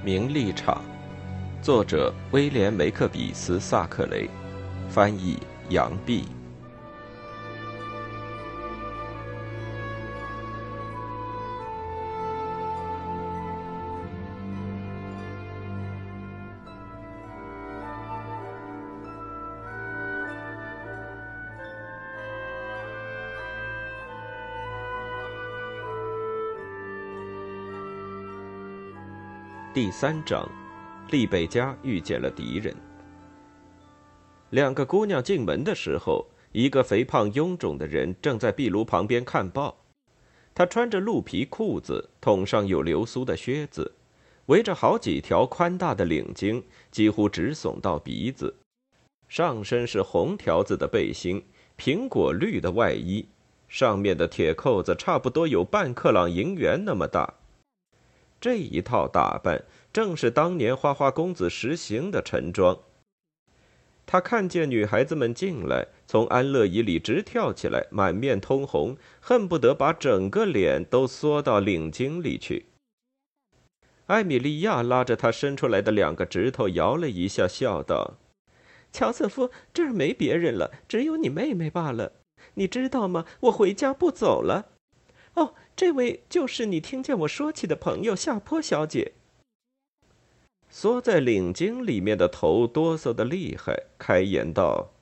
名利场，作者威廉·梅克比斯·萨克雷，翻译杨碧。第3章，丽贝加遇见了敌人。两个姑娘进门的时候，一个肥胖臃肿的人正在壁炉旁边看报。他穿着鹿皮裤子，筒上有流苏的靴子，围着好几条宽大的领巾，几乎直耸到鼻子。上身是红条子的背心，苹果绿的外衣，上面的铁扣子差不多有半克朗银元那么大。这一套打扮正是当年花花公子实行的陈装。他看见女孩子们进来，从安乐椅里直跳起来，满面通红，恨不得把整个脸都缩到领巾里去。艾米莉亚拉着他伸出来的2个指头摇了一下，笑道：“乔瑟夫，这儿没别人了，只有你妹妹罢了。你知道吗？我回家不走了。哦，这位就是你听见我说起的朋友夏坡小姐。”缩在领巾里面的头哆嗦得厉害，开言道：“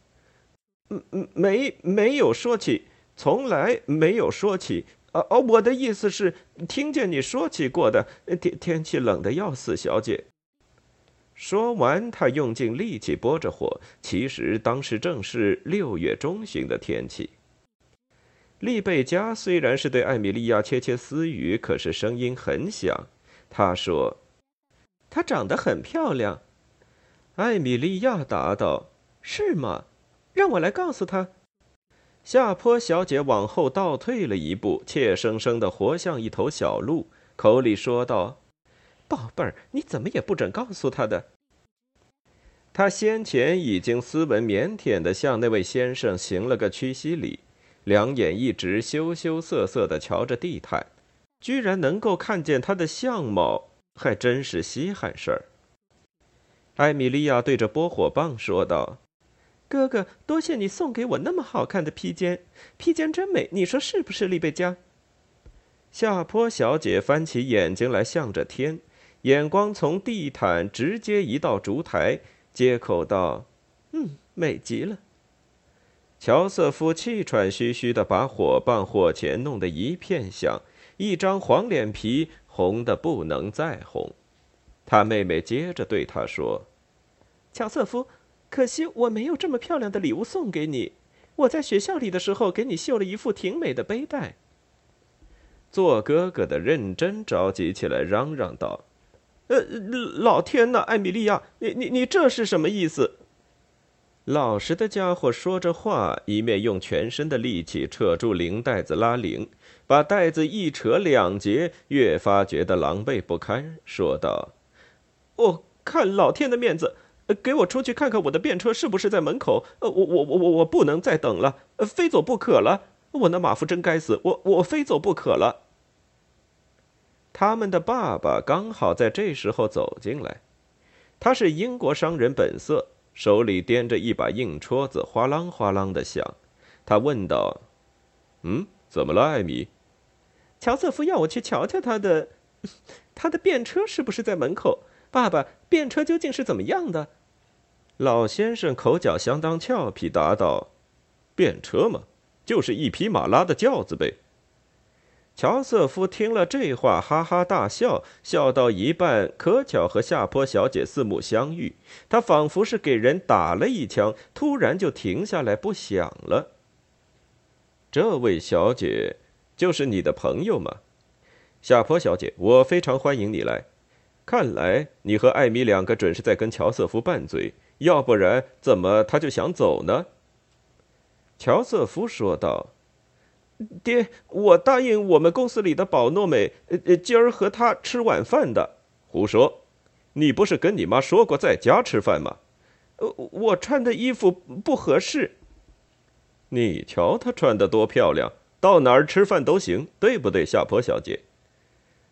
没有说起，从来没有说起。我的意思是，听见你说起过的。天气冷得要死，小姐。”说完，他用尽力气拨着火，其实当时正是6月中旬的天气。丽贝加虽然是对艾米莉亚窃窃私语，可是声音很响。她说：“她长得很漂亮。”艾米莉亚答道：“是吗？让我来告诉她。”夏坡小姐往后倒退了一步，怯生生地活像一头小鹿，口里说道：“宝贝儿，你怎么也不准告诉她的。”她先前已经斯文腼腆地向那位先生行了个屈膝礼，两眼一直羞羞涩涩地瞧着地毯，居然能够看见他的相貌，还真是稀罕事儿。艾米莉亚对着拨火棒说道：“哥哥，多谢你送给我那么好看的披肩，披肩真美，你说是不是，丽贝加？”夏坡小姐翻起眼睛来，向着天，眼光从地毯直接移到烛台，接口道：“美极了。”乔瑟夫气喘吁吁地把火棒火钳弄得一片响，一张黄脸皮红得不能再红。他妹妹接着对他说：“乔瑟夫，可惜我没有这么漂亮的礼物送给你。我在学校里的时候给你绣了一副挺美的背带。”做哥哥的认真着急起来，嚷嚷道：“老天哪，艾米莉亚，你这是什么意思？”老实的家伙说着话，一面用全身的力气扯住领带子拉铃，把带子一扯2截，越发觉得狼狈不堪，说道：“看老天的面子，给我出去看看我的便车是不是在门口。我不能再等了，非走不可了。我那马夫真该死，我非走不可了。”他们的爸爸刚好在这时候走进来，他是英国商人本色，手里掂着一把硬戳子，哗啷哗啷的响。他问道：“怎么了，艾米？”“乔瑟夫要我去瞧瞧他的便车是不是在门口。爸爸，便车究竟是怎么样的？”老先生口角相当俏皮，答道：“便车嘛，就是一匹马拉的轿子呗。”乔瑟夫听了这话，哈哈大笑，笑到一半，可巧和夏坡小姐四目相遇，他仿佛是给人打了一枪，突然就停下来不响了。“这位小姐就是你的朋友吗？”“夏坡小姐，我非常欢迎你来。看来你和艾米2个准是在跟乔瑟夫拌嘴，要不然怎么他就想走呢？”乔瑟夫说道：“爹，我答应我们公司里的宝诺美，今儿和她吃晚饭的。”“胡说！你不是跟你妈说过在家吃饭吗？”“我穿的衣服不合适。”“你瞧她穿得多漂亮，到哪儿吃饭都行，对不对，夏坡小姐？”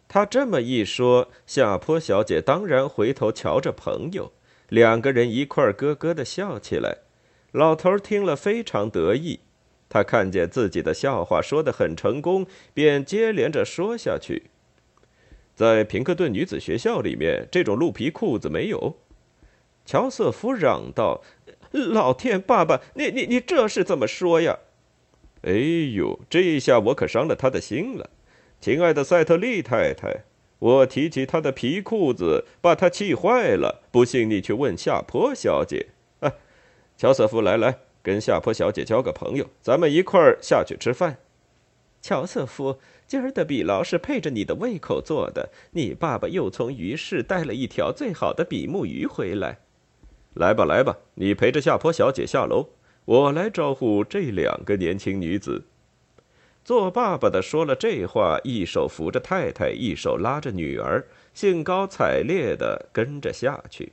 他这么一说，夏坡小姐当然回头瞧着朋友，两个人一块儿咯咯地笑起来。老头听了非常得意，他看见自己的笑话说得很成功，便接连着说下去。在平克顿女子学校里面，这种鹿皮裤子没有。乔瑟夫嚷道：“老天，爸爸，你这是怎么说呀？”哎呦，这一下我可伤了他的心了。亲爱的赛特利太太，我提起他的皮裤子，把他气坏了。不信你去问夏坡小姐。啊，乔瑟夫，来，跟夏坡小姐交个朋友，咱们一块儿下去吃饭。乔瑟夫，今儿的比劳是配着你的胃口做的。你爸爸又从鱼市带了一条最好的比目鱼回来。来吧，你陪着夏坡小姐下楼，我来招呼这两个年轻女子。做爸爸的说了这话，一手扶着太太，一手拉着女儿，兴高采烈地跟着下去。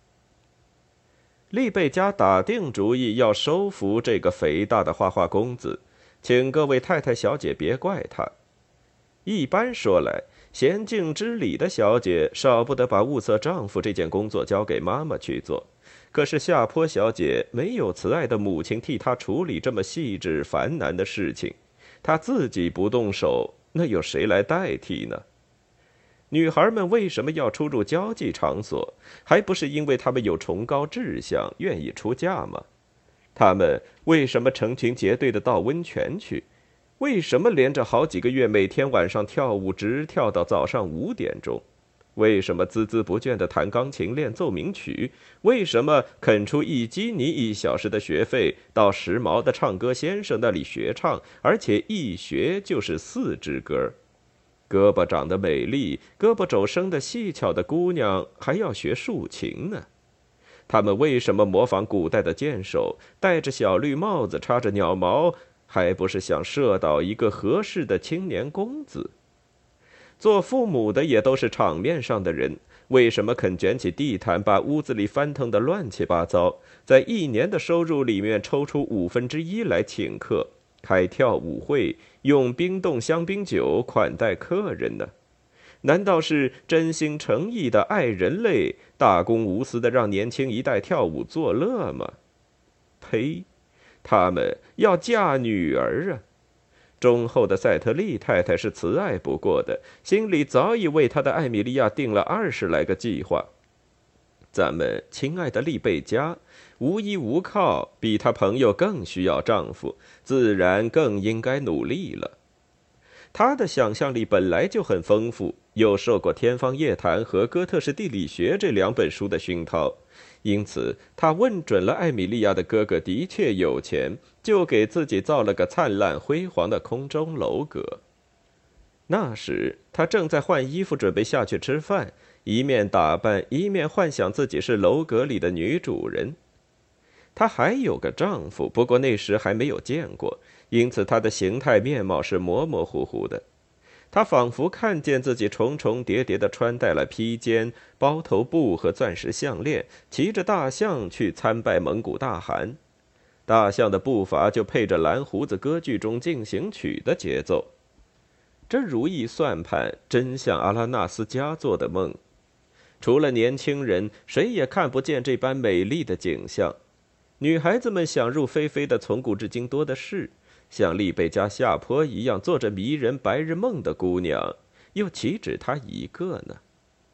利贝加打定主意要收服这个肥大的花花公子，请各位太太小姐别怪他。一般说来，娴静知礼的小姐少不得把物色丈夫这件工作交给妈妈去做。可是夏坡小姐没有慈爱的母亲替她处理这么细致繁难的事情，她自己不动手，那有谁来代替呢？女孩们为什么要出入交际场所？还不是因为她们有崇高志向，愿意出嫁吗？她们为什么成群结队的到温泉去？为什么连着好几个月每天晚上跳舞，直跳到早上5点钟？为什么孜孜不倦地弹钢琴练奏鸣曲？为什么肯出1基尼1小时的学费到时髦的唱歌先生那里学唱，而且一学就是4支歌？胳膊长得美丽，胳膊肘生得细巧的姑娘还要学竖琴呢？他们为什么模仿古代的剑手，戴着小绿帽子，插着鸟毛，还不是想射倒一个合适的青年公子？做父母的也都是场面上的人，为什么肯卷起地毯，把屋子里翻腾得乱七八糟，在1年的收入里面抽出1/5来请客，开跳舞会，用冰冻香槟酒款待客人呢？难道是真心诚意的爱人类，大公无私的让年轻一代跳舞作乐吗？呸！他们要嫁女儿啊！忠厚的赛特利太太是慈爱不过的，心里早已为她的艾米莉亚定了20来个计划。咱们亲爱的利贝加，无依无靠，比她朋友更需要丈夫，自然更应该努力了。她的想象力本来就很丰富，又受过《天方夜谭》和《哥特式地理学》这2本书的熏陶，因此她问准了艾米莉亚的哥哥的确有钱，就给自己造了个灿烂辉煌的空中楼阁。那时她正在换衣服，准备下去吃饭，一面打扮，一面幻想自己是楼阁里的女主人。她还有个丈夫，不过那时还没有见过，因此她的形态面貌是模模糊糊的。她仿佛看见自己重重叠叠地穿戴了披肩、包头布和钻石项链，骑着大象去参拜蒙古大汗。大象的步伐就配着蓝胡子歌剧中进行曲的节奏。这如意算盘真像阿拉纳斯加做的梦。除了年轻人，谁也看不见这般美丽的景象。女孩子们想入非非的从古至今多的是，像丽贝加夏坡一样做着迷人白日梦的姑娘，又岂止她一个呢？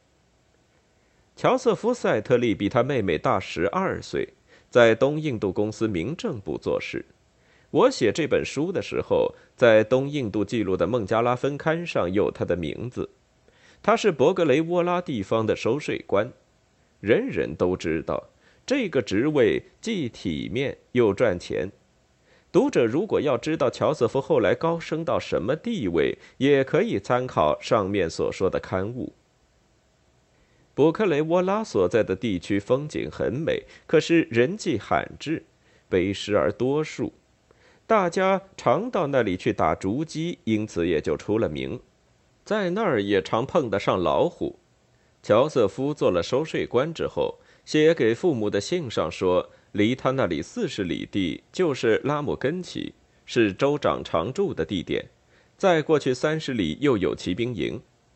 乔瑟夫·赛特利比他妹妹大12岁，在东印度公司民政部做事。我写这本书的时候，在东印度记录的孟加拉分刊上有他的名字。他是博格雷沃拉地方的收税官，人人都知道这个职位既体面又赚钱。读者如果要知道乔瑟夫后来高升到什么地位，也可以参考上面所说的刊物。布克雷沃拉所在的地区风景很美，可是人迹罕至，卑诗而多数，大家常到那里去打竹鸡，因此也就出了名。在那儿也常碰得上老虎。乔瑟夫做了收税官之后，写给父母的信上说，离他那里40里地就是拉姆根齐，是州长常住的地点，再过去30里又有骑兵营。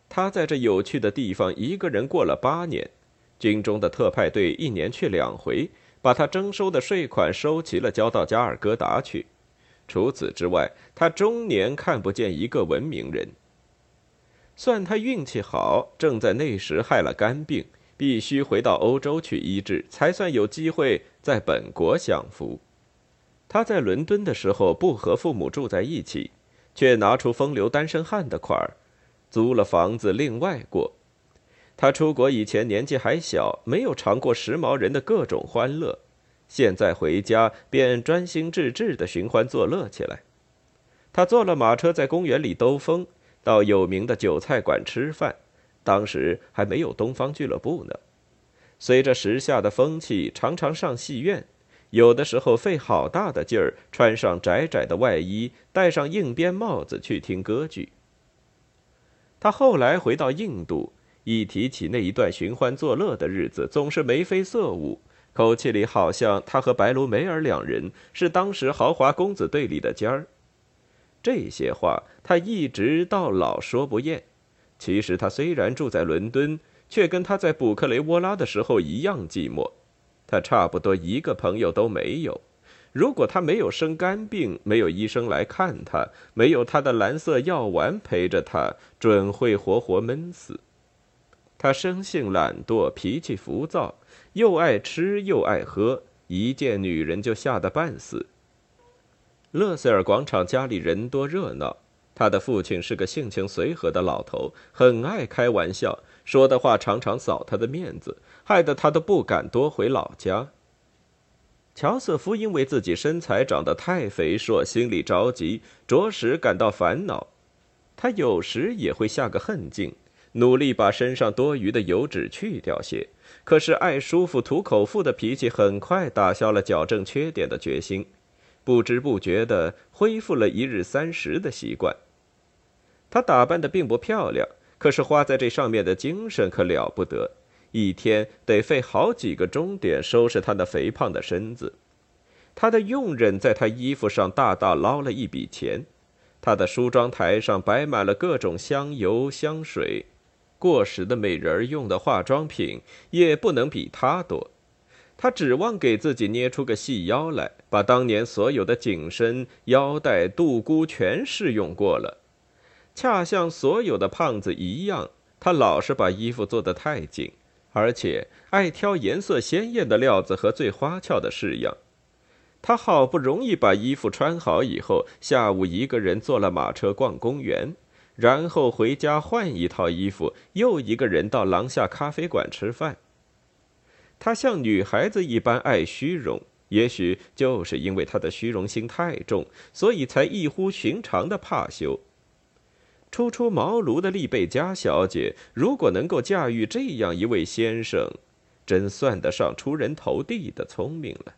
他在这有趣的地方一个人过了8年，军中的特派队1年去2回，把他征收的税款收齐了，交到加尔各答去。除此之外，他终年看不见一个文明人。算他运气好，正在那时害了肝病，必须回到欧洲去医治，才算有机会在本国享福。他在伦敦的时候不和父母住在一起，却拿出风流单身汉的款儿，租了房子另外过。他出国以前年纪还小，没有尝过时髦人的各种欢乐，现在回家便专心致志地寻欢作乐起来。他坐了马车在公园里兜风，到有名的韭菜馆吃饭，当时还没有东方俱乐部呢。随着时下的风气，常常上戏院，有的时候费好大的劲儿，穿上窄窄的外衣，戴上硬边帽子去听歌剧。他后来回到印度，一提起那一段寻欢作乐的日子，总是眉飞色舞，口气里好像他和白卢梅尔2人是当时豪华公子队里的尖儿。这些话他一直到老说不厌。其实他虽然住在伦敦，却跟他在卜克雷沃拉的时候一样寂寞。他差不多一个朋友都没有。如果他没有生肝病，没有医生来看他，没有他的蓝色药丸陪着他，准会活活闷死。他生性懒惰，脾气浮躁，又爱吃又爱喝，一见女人就吓得半死。勒塞尔广场家里人多热闹，他的父亲是个性情随和的老头，很爱开玩笑，说的话常常扫他的面子，害得他都不敢多回老家。乔瑟夫因为自己身材长得太肥硕，心里着急，着实感到烦恼。他有时也会下个恨劲，努力把身上多余的油脂去掉些，可是爱舒服图口腹的脾气很快打消了矫正缺点的决心，不知不觉地恢复了1日30的习惯。他打扮得并不漂亮，可是花在这上面的精神可了不得，一天得费好几个钟点收拾他那肥胖的身子。他的佣人在他衣服上大大捞了一笔钱，他的梳妆台上摆满了各种香油香水，过时的美人用的化妆品也不能比他多。他指望给自己捏出个细腰来，把当年所有的紧身、腰带、肚箍全试用过了。恰像所有的胖子一样，他老是把衣服做得太紧，而且爱挑颜色鲜艳的料子和最花俏的式样。他好不容易把衣服穿好以后，下午一个人坐了马车逛公园，然后回家换一套衣服，又一个人到廊下咖啡馆吃饭。他像女孩子一般爱虚荣，也许就是因为他的虚荣心太重，所以才异乎寻常的怕羞。初出茅庐的丽贝佳小姐，如果能够驾驭这样一位先生，真算得上出人头地的聪明了。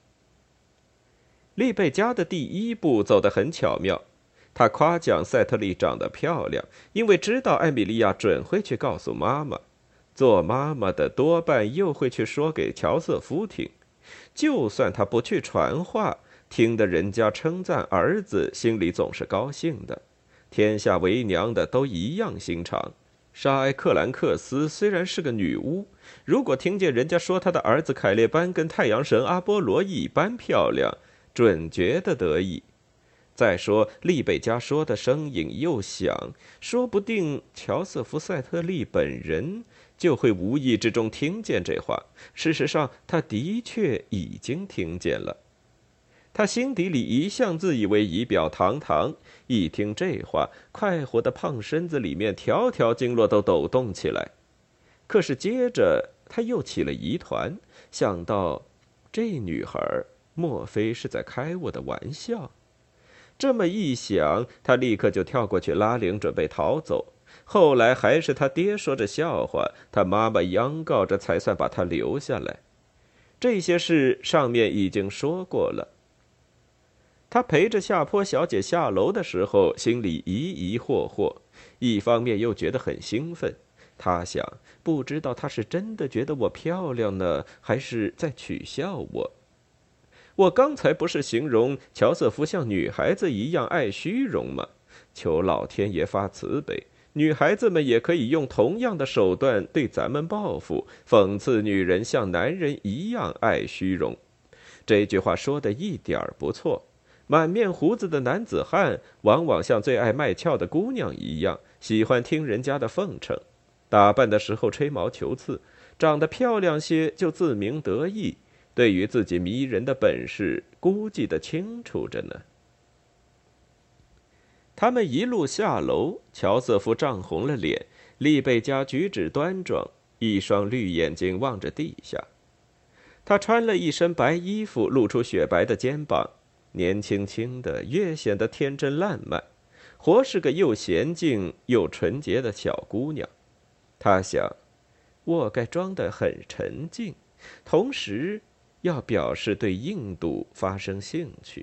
丽贝佳的第一步走得很巧妙，她夸奖赛特丽长得漂亮，因为知道艾米莉亚准会去告诉妈妈，做妈妈的多半又会去说给乔瑟夫听，就算他不去传话，听得人家称赞儿子，心里总是高兴的。天下为娘的都一样心肠。沙埃克兰克斯虽然是个女巫，如果听见人家说她的儿子凯列班跟太阳神阿波罗一般漂亮，准觉得得意。再说丽贝佳说的声音又响，说不定乔瑟夫·赛特利本人就会无意之中听见这话。事实上，他的确已经听见了。他心底里一向自以为仪表堂堂，一听这话，快活的胖身子里面条条经络都抖动起来。可是接着他又起了疑团，想到这女孩莫非是在开我的玩笑？这么一想，他立刻就跳过去拉铃准备逃走。后来还是他爹说着笑话，他妈妈央告着，才算把他留下来。这些事上面已经说过了。他陪着夏坡小姐下楼的时候，心里疑疑惑惑，一方面又觉得很兴奋。他想，不知道他是真的觉得我漂亮呢，还是在取笑我。我刚才不是形容乔瑟夫像女孩子一样爱虚荣吗？求老天爷发慈悲， 女孩子们也可以用同样的手段对咱们报复，讽刺女人像男人一样爱虚荣。这句话说的一点儿不错。满面胡子的男子汉往往像最爱卖俏的姑娘一样，喜欢听人家的奉承，打扮的时候吹毛求疵，长得漂亮些就自鸣得意，对于自己迷人的本事估计得清楚着呢。他们一路下楼，乔瑟夫涨红了脸，丽贝加举止端庄，一双绿眼睛望着地下。他穿了一身白衣服，露出雪白的肩膀，年轻轻的，越显得天真烂漫，活是个又娴静又纯洁的小姑娘。他想，我该装得很沉静，同时要表示对印度发生兴趣。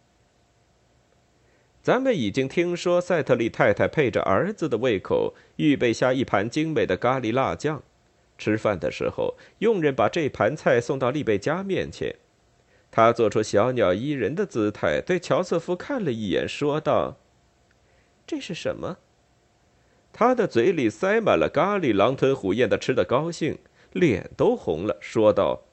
咱们已经听说赛特利太太配着儿子的胃口，预备下一盘精美的咖喱辣酱。吃饭的时候，佣人把这盘菜送到丽贝加面前。他做出小鸟依人的姿态，对乔瑟夫看了一眼，说道：“这是什么？”他的嘴里塞满了咖喱，狼吞虎咽的吃得高兴，脸都红了，说道：“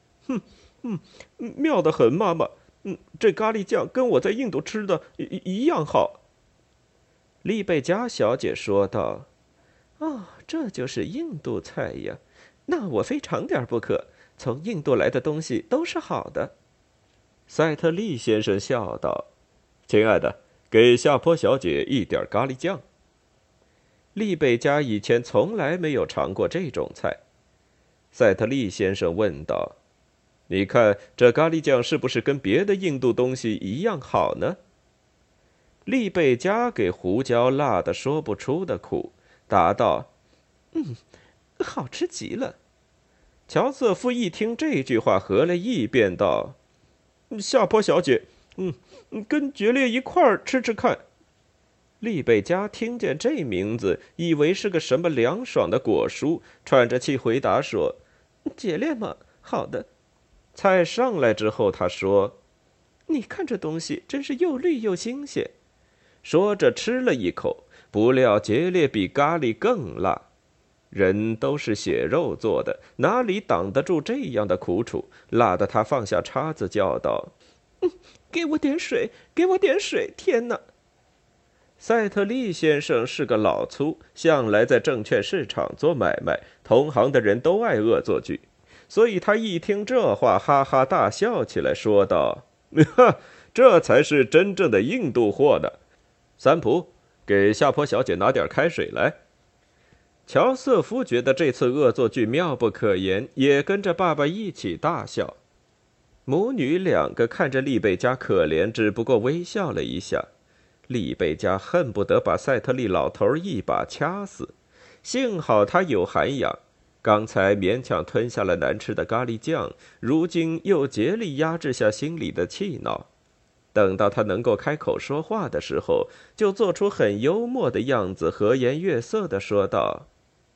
妙得很，妈妈。这咖喱酱跟我在印度吃的一样好。”丽贝加小姐说道：“哦，这就是印度菜呀，那我非尝点不可。从印度来的东西都是好的。”赛特利先生笑道：“亲爱的，给夏坡小姐一点咖喱酱。”丽贝加以前从来没有尝过这种菜。赛特利先生问道：“你看这咖喱酱是不是跟别的印度东西一样好呢？”丽贝加给胡椒辣得说不出的苦，答道：“好吃极了。”乔瑟夫一听这句话，合了意，便道：“夏坡小姐，跟决裂一块儿吃吃看。”丽贝加听见这名字，以为是个什么凉爽的果蔬，喘着气回答说：“决裂吗？好的。”菜上来之后，他说：“你看这东西真是又绿又新鲜。”说着吃了一口，不料决裂比咖喱更辣。人都是血肉做的，哪里挡得住这样的苦楚？辣得他放下叉子，叫道：“给我点水，给我点水！天哪！”赛特利先生是个老粗，向来在证券市场做买卖，同行的人都爱恶作剧，所以他一听这话，哈哈大笑起来，说道：“这才是真正的印度货呢！三浦，给夏坡小姐拿点开水来。”乔瑟夫觉得这次恶作剧妙不可言，也跟着爸爸一起大笑。母女两个看着丽贝加可怜，只不过微笑了一下。丽贝加恨不得把赛特利老头一把掐死，幸好他有涵养，刚才勉强吞下了难吃的咖喱酱，如今又竭力压制下心里的气恼。等到他能够开口说话的时候，就做出很幽默的样子，和颜悦色地说道：“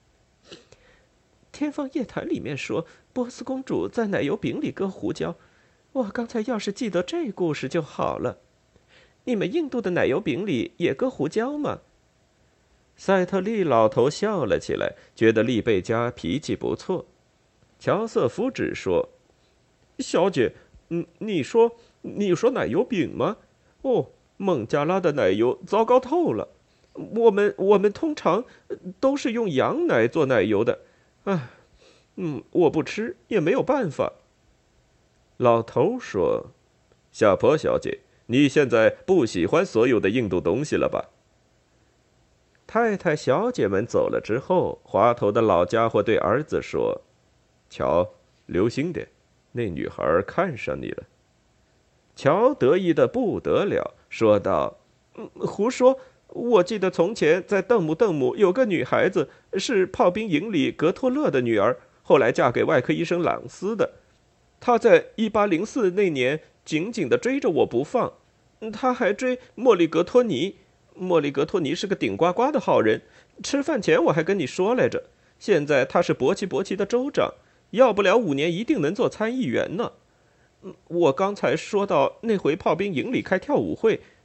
天方夜谭里面说，波斯公主在奶油饼里搁胡椒。我刚才要是记得这故事就好了。你们印度的奶油饼里也搁胡椒吗？”赛特利老头笑了起来，觉得丽贝加脾气不错。乔瑟夫只说：“小姐，你说奶油饼吗？哦，孟加拉的奶油糟糕透了。我们通常都是用羊奶做奶油的。我不吃也没有办法。”老头说：“夏坡小姐，你现在不喜欢所有的印度东西了吧？”太太小姐们走了之后，滑头的老家伙对儿子说：“乔，留心点，那女孩看上你了。”乔得意的不得了，说道：“胡说！我记得从前在邓姆有个女孩子，是炮兵营里格托勒的女儿，后来嫁给外科医生朗斯的。她在1804那年紧紧地追着我不放，她还追莫里格托尼。莫里格托尼是个顶呱呱的好人，吃饭前我还跟你说来着。现在他是伯奇的州长，要不了5年一定能做参议员呢。我刚才说到那回炮兵营里开跳舞会，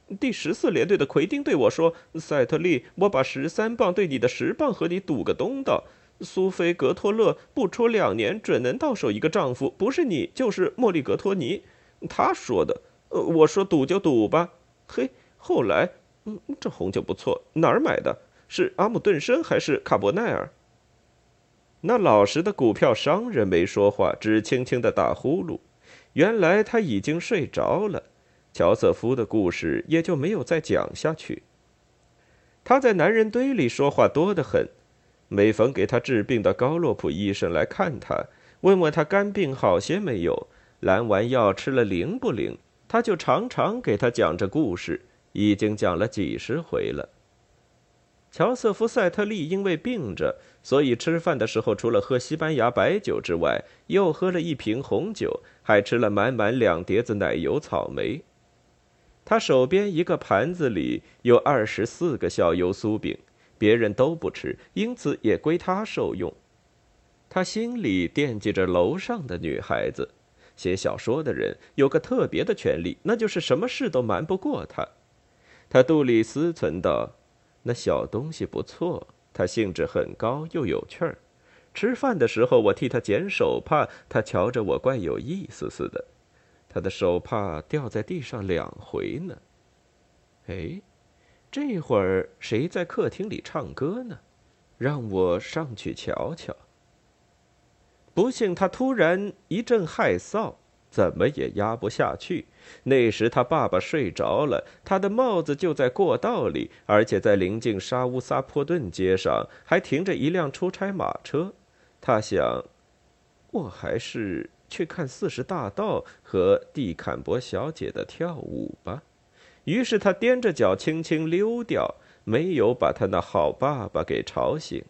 第14联队的奎丁对我说：赛特利，我把13磅对你的10磅和你赌个东道。苏菲格托勒不出2年准能到手一个丈夫，不是你就是莫里格托尼。他说的。我说赌就赌吧。嘿，后来，这红酒不错，哪儿买的？是阿姆顿森还是卡伯奈尔？那老实的股票商人没说话，只轻轻地打呼噜。原来他已经睡着了，乔瑟夫的故事也就没有再讲下去。他在男人堆里说话多得很，每逢给他治病的高洛普医生来看他，问问他肝病好些没有，蓝丸药吃了灵不灵，他就常常给他讲这故事，已经讲了几10回了。乔瑟夫·塞特利因为病着，所以吃饭的时候除了喝西班牙白酒之外，又喝了1瓶红酒，还吃了满满2碟子奶油草莓。他手边一个盘子里有24个小油酥饼，别人都不吃，因此也归他受用。他心里惦记着楼上的女孩子。写小说的人有个特别的权利，那就是什么事都瞒不过他。他肚里思忖道：那小东西不错，他兴致很高又有趣儿。吃饭的时候我替他捡手帕，他瞧着我怪有意思似的。他的手帕掉在地上2回呢。哎，这会儿谁在客厅里唱歌呢？让我上去瞧瞧。不幸他突然一阵害臊，怎么也压不下去。那时他爸爸睡着了，他的帽子就在过道里，而且在临近沙乌萨坡顿街上还停着一辆出差马车。他想，我还是去看40大盗和蒂坎博小姐的跳舞吧。于是他踮着脚轻轻溜掉，没有把他那好爸爸给吵醒。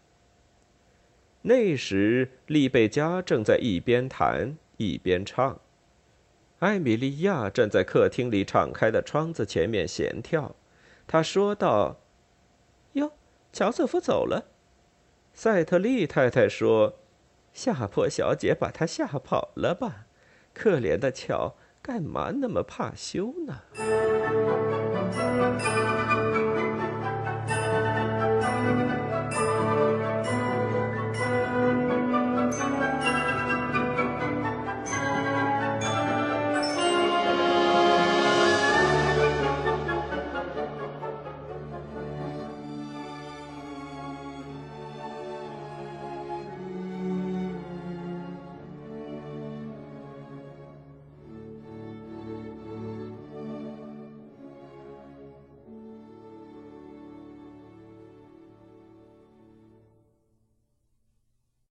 那时丽贝加正在一边弹一边唱，艾米莉亚站在客厅里敞开的窗子前面闲跳。她说道：哟，乔瑟夫走了。赛特利太太说：夏坡小姐把他吓跑了吧？可怜的乔，干嘛那么怕羞呢？